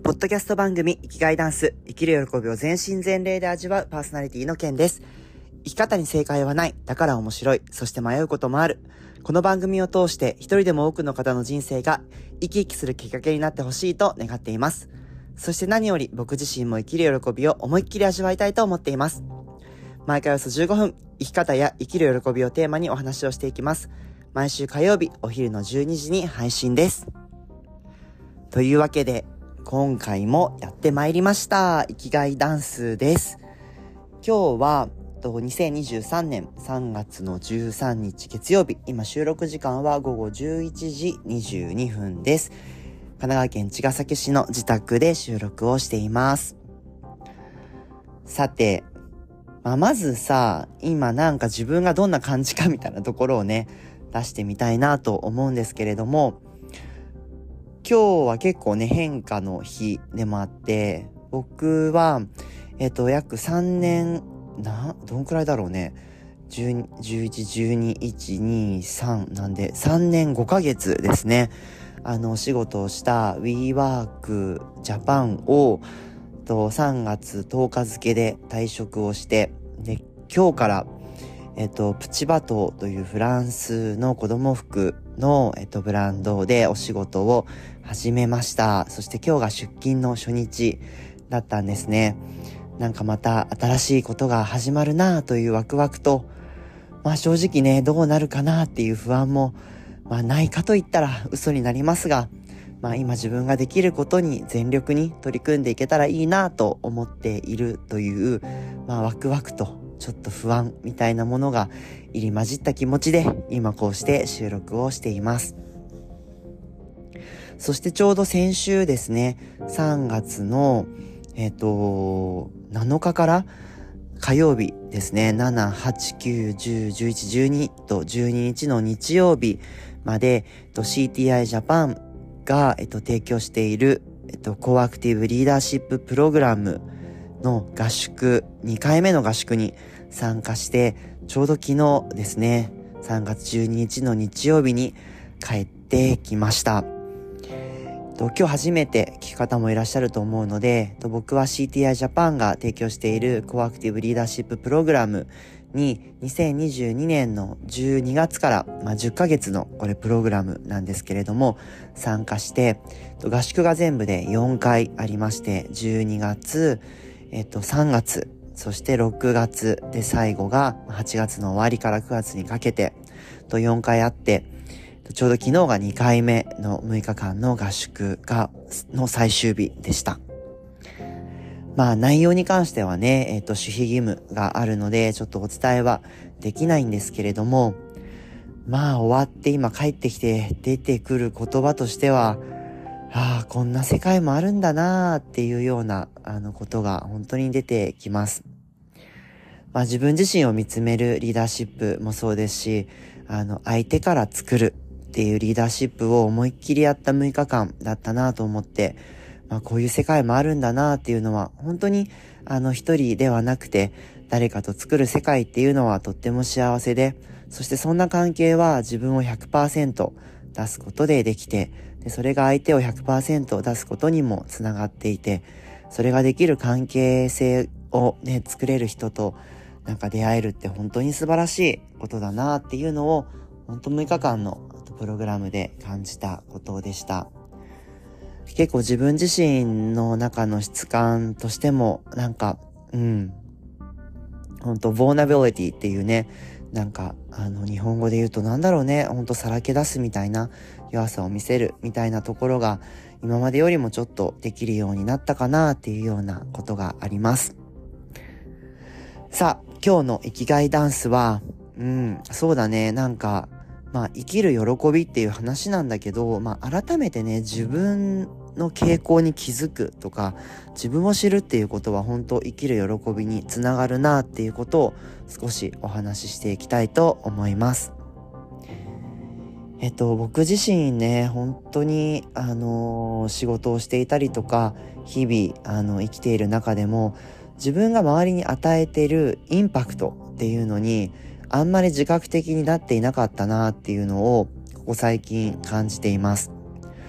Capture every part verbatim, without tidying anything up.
ポッドキャスト番組生きがいダンス、生きる喜びを全身全霊で味わうパーソナリティのケンです。生き方に正解はない、だから面白い、そして迷うこともある。この番組を通して一人でも多くの方の人生が生き生きするきっかけになってほしいと願っています。そして何より僕自身も生きる喜びを思いっきり味わいたいと思っています。毎回およそじゅうごふん、生き方や生きる喜びをテーマにお話をしていきます。毎週火曜日お昼のじゅうにじに配信です。というわけで今回もやってまいりました。生きがいダンスです。今日はにせんにじゅうさんねんさんがつのじゅうさんにち月曜日、今収録時間はごごじゅういちじにじゅうにふんです。神奈川県茅ヶ崎市の自宅で収録をしています。さて、まあ、まずさ、今なんか自分がどんな感じかみたいなところをね、出してみたいなと思うんですけれども、今日は結構ね、変化の日でもあって、僕は、えっと、約さんねん、な、どんくらいだろうね。じゅう、じゅういち、じゅうに、いち、に、さんなんで、さんねんごかげつですね。あの、お仕事をした WeWork Japan を、とさんがつとおか付で退職をして、で、今日から、えっと、プチバトーというフランスの子供服の、えっと、ブランドでお仕事を始めました。そして今日が出勤の初日だったんですね。なんかまた新しいことが始まるなというワクワクと、まあ正直ね、どうなるかなっていう不安も、まあないかと言ったら嘘になりますが、まあ今自分ができることに全力に取り組んでいけたらいいなと思っているという、まあワクワクとちょっと不安みたいなものが入り混じった気持ちで今こうして収録をしています。そしてちょうど先週ですね、さんがつのえっとなのかから火曜日ですね、なな、はち、きゅう、じゅう、じゅういち、じゅうにとじゅうににちの日曜日まで、えっと、シーティーアイ Japan が、えっと、提供している、えっと、コアクティブリーダーシッププログラムの合宿、にかいめの合宿に参加して、ちょうど昨日ですね、さんがつじゅうににちの日曜日に帰ってきました。と今日初めて聞く方もいらっしゃると思うので、と僕は シーティーアイ Japan が提供しているコアクティブリーダーシッププログラムににせんにじゅうにねんのじゅうにがつから、まあ、じゅっかげつのこれプログラムなんですけれども参加して、合宿が全部でよんかいありまして、じゅうにがつ、えっと、さんがつ、そしてろくがつで最後がはちがつの終わりからくがつにかけてとよんかいあって、ちょうど昨日がにかいめのむいかかんの合宿がの最終日でした。まあ内容に関してはね、えっと守秘義務があるのでちょっとお伝えはできないんですけれども、まあ終わって今帰ってきて出てくる言葉としては、ああこんな世界もあるんだなーっていうようなあのことが本当に出てきます。まあ自分自身を見つめるリーダーシップもそうですし、あの相手から作るっていうリーダーシップを思いっきりやったむいかかんだったなと思って、まあこういう世界もあるんだなっていうのは本当にあの一人ではなくて誰かと作る世界っていうのはとっても幸せで、そしてそんな関係は自分を ひゃくパーセント 出すことでできて、でそれが相手を ひゃくパーセント 出すことにもつながっていて、それができる関係性をね作れる人となんか出会えるって本当に素晴らしいことだなっていうのを本当むいかかんのプログラムで感じたことでした。結構自分自身の中の質感としてもなんかうん本当ボーナビリティっていうね、なんかあの日本語で言うとなんだろうね、本当さらけ出すみたいな、弱さを見せるみたいなところが今までよりもちょっとできるようになったかなっていうようなことがあります。さあ今日の生きがいダンスはうんそうだね、なんかまあ生きる喜びっていう話なんだけど、まあ改めてね自分の傾向に気づくとか自分を知るっていうことは本当生きる喜びにつながるなっていうことを少しお話ししていきたいと思います。えっと僕自身ね本当にあのー、仕事をしていたりとか日々あの生きている中でも自分が周りに与えているインパクトっていうのにあんまり自覚的になっていなかったなっていうのをここ最近感じています。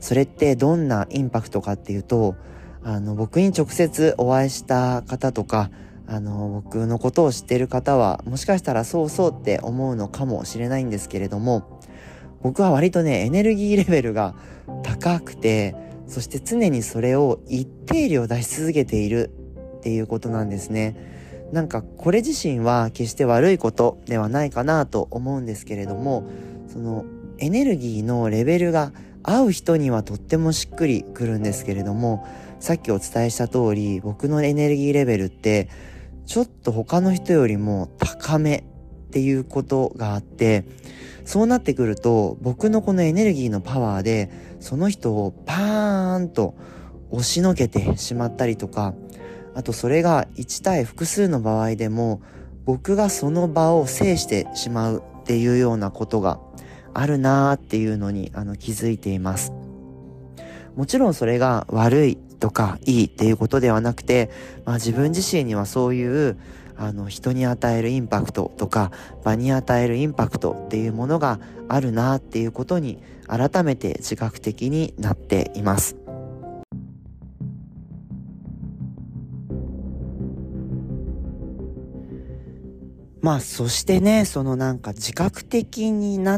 それってどんなインパクトかっていうと、あの僕に直接お会いした方とか、あの僕のことを知っている方はもしかしたらそうそうって思うのかもしれないんですけれども、僕は割とねエネルギーレベルが高くて、そして常にそれを一定量出し続けているっていうことなんですね。なんかこれ自身は決して悪いことではないかなと思うんですけれども、そのエネルギーのレベルが合う人にはとってもしっくりくるんですけれども、さっきお伝えした通り僕のエネルギーレベルってちょっと他の人よりも高めっていうことがあって、そうなってくると僕のこのエネルギーのパワーでその人をパーンと押しのけてしまったりとか、あとそれがいち対複数の場合でも僕がその場を制してしまうっていうようなことがあるなーっていうのにあの気づいています。もちろんそれが悪いとかいいっていうことではなくて、まあ、自分自身にはそういうあの人に与えるインパクトとか場に与えるインパクトっていうものがあるなっていうことに改めて自覚的になっています。まあそしてね、そのなんか自覚的になって、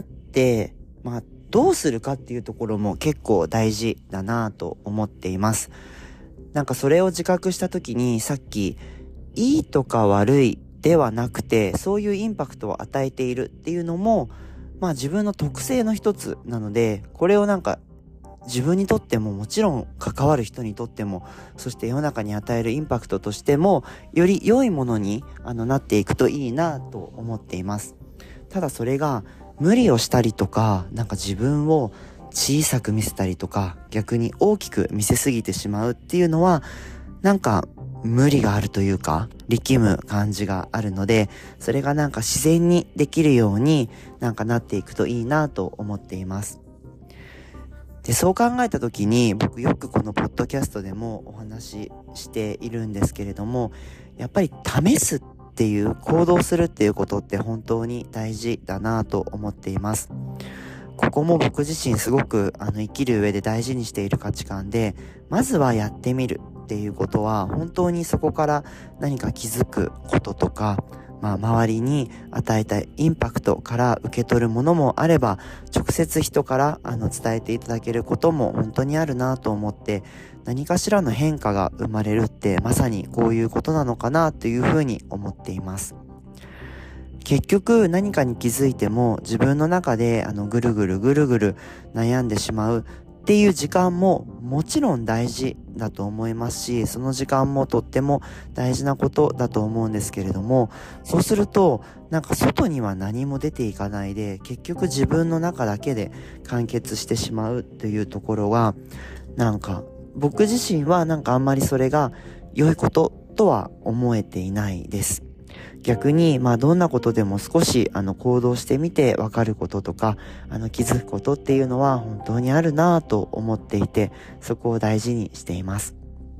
まあどうするかっていうところも結構大事だなと思っています。なんかそれを自覚した時に、さっきいいとか悪いではなくて、そういうインパクトを与えているっていうのもまあ自分の特性の一つなので、これをなんか自分にとってももちろん関わる人にとっても、そして世の中に与えるインパクトとしてもより良いものにあのなっていくといいなと思っています。ただそれが無理をしたりとか、なんか自分を小さく見せたりとか逆に大きく見せすぎてしまうっていうのはなんか無理があるというか力む感じがあるので、それがなんか自然にできるようになんかなっていくといいなと思っています。で、そう考えた時に僕よくこのポッドキャストでもお話ししているんですけれども、やっぱり試すっていう行動するっていうことって本当に大事だなと思っています。ここも僕自身すごくあの生きる上で大事にしている価値観で、まずはやってみるっていうことは本当にそこから何か気づくこととか、まあ周りに与えたインパクトから受け取るものもあれば、直接人からあの伝えていただけることも本当にあるなと思って、何かしらの変化が生まれるってまさにこういうことなのかなというふうに思っています。結局何かに気づいても自分の中であのぐるぐるぐるぐる悩んでしまうっていう時間ももちろん大事だと思いますし、その時間もとっても大事なことだと思うんですけれども、そうするとなんか外には何も出ていかないで結局自分の中だけで完結してしまうというところは、なんか僕自身はなんかあんまりそれが良いこととは思えていないです。逆にまあどんなことでも少しあの行動してみて分かることとかあの気づくことっていうのは本当にあるなぁと思っていて、そこを大事にしています。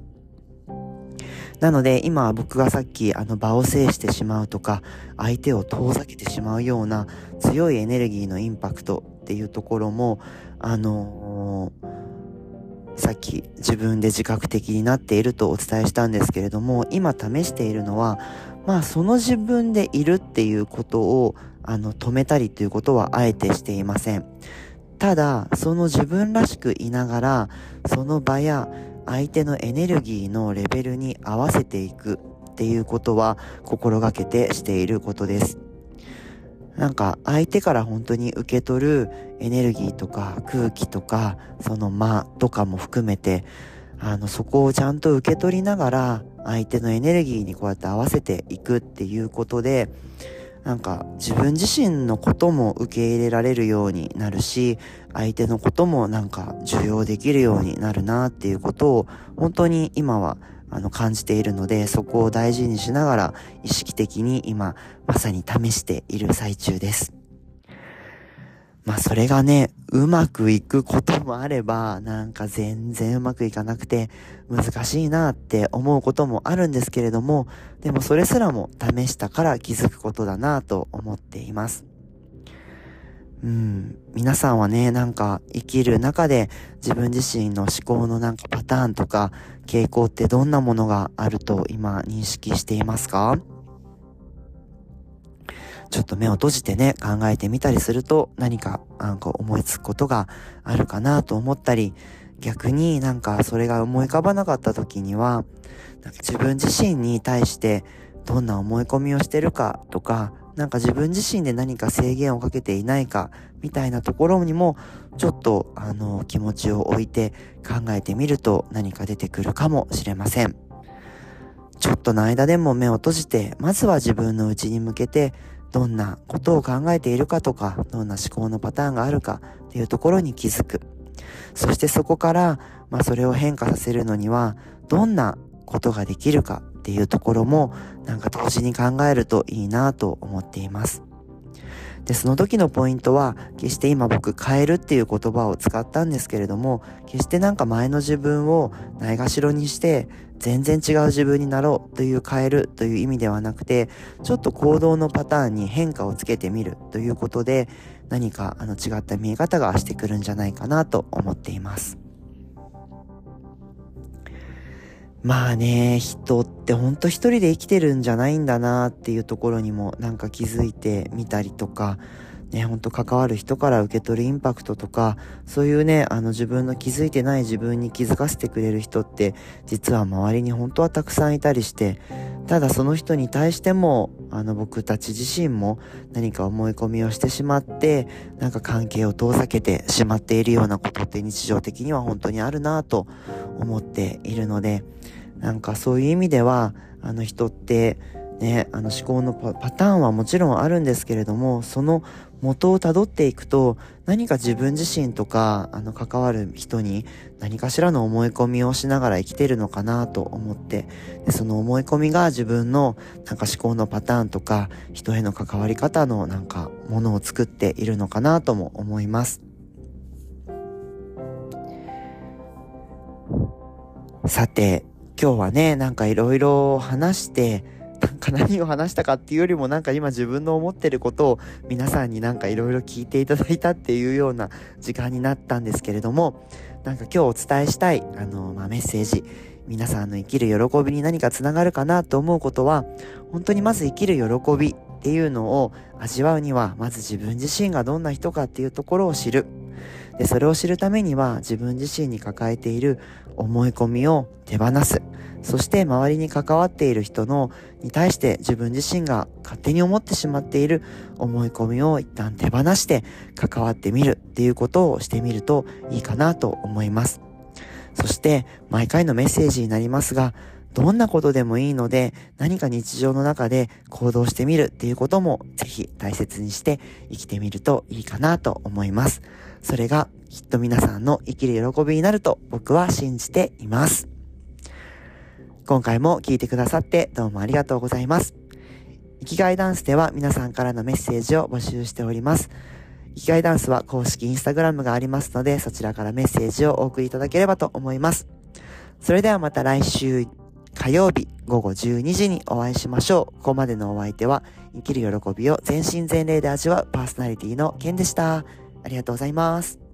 なので今僕がさっきあの場を制してしまうとか相手を遠ざけてしまうような強いエネルギーのインパクトっていうところもあのーさっき自分で自覚的になっているとお伝えしたんですけれども、今試しているのはまあその自分でいるっていうことをあの止めたりということはあえてしていません。ただその自分らしくいながらその場や相手のエネルギーのレベルに合わせていくっていうことは心がけてしていることです。なんか相手から本当に受け取るエネルギーとか空気とかその間とかも含めてあのそこをちゃんと受け取りながら相手のエネルギーにこうやって合わせていくっていうことで、なんか自分自身のことも受け入れられるようになるし、相手のこともなんか受容できるようになるなっていうことを本当に今はあの感じているので、そこを大事にしながら意識的に今まさに試している最中です。まあそれがねうまくいくこともあれば、なんか全然うまくいかなくて難しいなって思うこともあるんですけれども、でもそれすらも試したから気づくことだなと思っています。 うん、皆さんはね、なんか生きる中で自分自身の思考のなんかパターンとか傾向ってどんなものがあると今認識していますか？ちょっと目を閉じてね、考えてみたりすると何かなんか思いつくことがあるかなと思ったり、逆になんかそれが思い浮かばなかった時には、なんか自分自身に対してどんな思い込みをしてるかとか、なんか自分自身で何か制限をかけていないかみたいなところにもちょっとあの気持ちを置いて考えてみると何か出てくるかもしれません。ちょっとの間でも目を閉じて、まずは自分の内に向けてどんなことを考えているかとか、どんな思考のパターンがあるかっていうところに気づく。そしてそこから、まあそれを変化させるのにはどんなことができるかっていうところもなんか同時に考えるといいなと思っています。で、その時のポイントは、決して今僕変えるっていう言葉を使ったんですけれども、決してなんか前の自分をないがしろにして、全然違う自分になろうという変えるという意味ではなくて、ちょっと行動のパターンに変化をつけてみるということで、何かあの違った見え方がしてくるんじゃないかなと思っています。まあね、人ってほんと一人で生きてるんじゃないんだなっていうところにもなんか気づいてみたりとか、ね、ほんと関わる人から受け取るインパクトとか、そういうね、あの自分の気づいてない自分に気づかせてくれる人って、実は周りに本当はたくさんいたりして、ただその人に対しても、あの僕たち自身も何か思い込みをしてしまって、なんか関係を遠ざけてしまっているようなことって日常的には本当にあるなと思っているので、なんかそういう意味では、あの人ってね、あの思考の パ, パターンはもちろんあるんですけれども、その元をたどっていくと、何か自分自身とか、あの関わる人に何かしらの思い込みをしながら生きてるのかなと思って、でその思い込みが自分のなんか思考のパターンとか、人への関わり方のなんかものを作っているのかなとも思います。さて、今日はね、なんかいろいろ話して、なんか何を話したかっていうよりも、なんか今自分の思ってることを皆さんになんかいろいろ聞いていただいたっていうような時間になったんですけれども、なんか今日お伝えしたい、あの、まあ、メッセージ、皆さんの生きる喜びに何かつながるかなと思うことは、本当にまず生きる喜びっていうのを味わうには、まず自分自身がどんな人かっていうところを知る。で、それを知るためには自分自身に抱えている思い込みを手放す。そして周りに関わっている人のに対して自分自身が勝手に思ってしまっている思い込みを一旦手放して関わってみるっていうことをしてみるといいかなと思います。そして毎回のメッセージになりますが、どんなことでもいいので何か日常の中で行動してみるっていうこともぜひ大切にして生きてみるといいかなと思います。それがきっと皆さんの生きる喜びになると僕は信じています。今回も聞いてくださってどうもありがとうございます。生きがいダンスでは皆さんからのメッセージを募集しております。生きがいダンスは公式インスタグラムがありますので、そちらからメッセージをお送りいただければと思います。それではまた来週火曜日ごごじゅうにじにお会いしましょう。ここまでのお相手は生きる喜びを全身全霊で味わうパーソナリティのケンでした。ありがとうございます。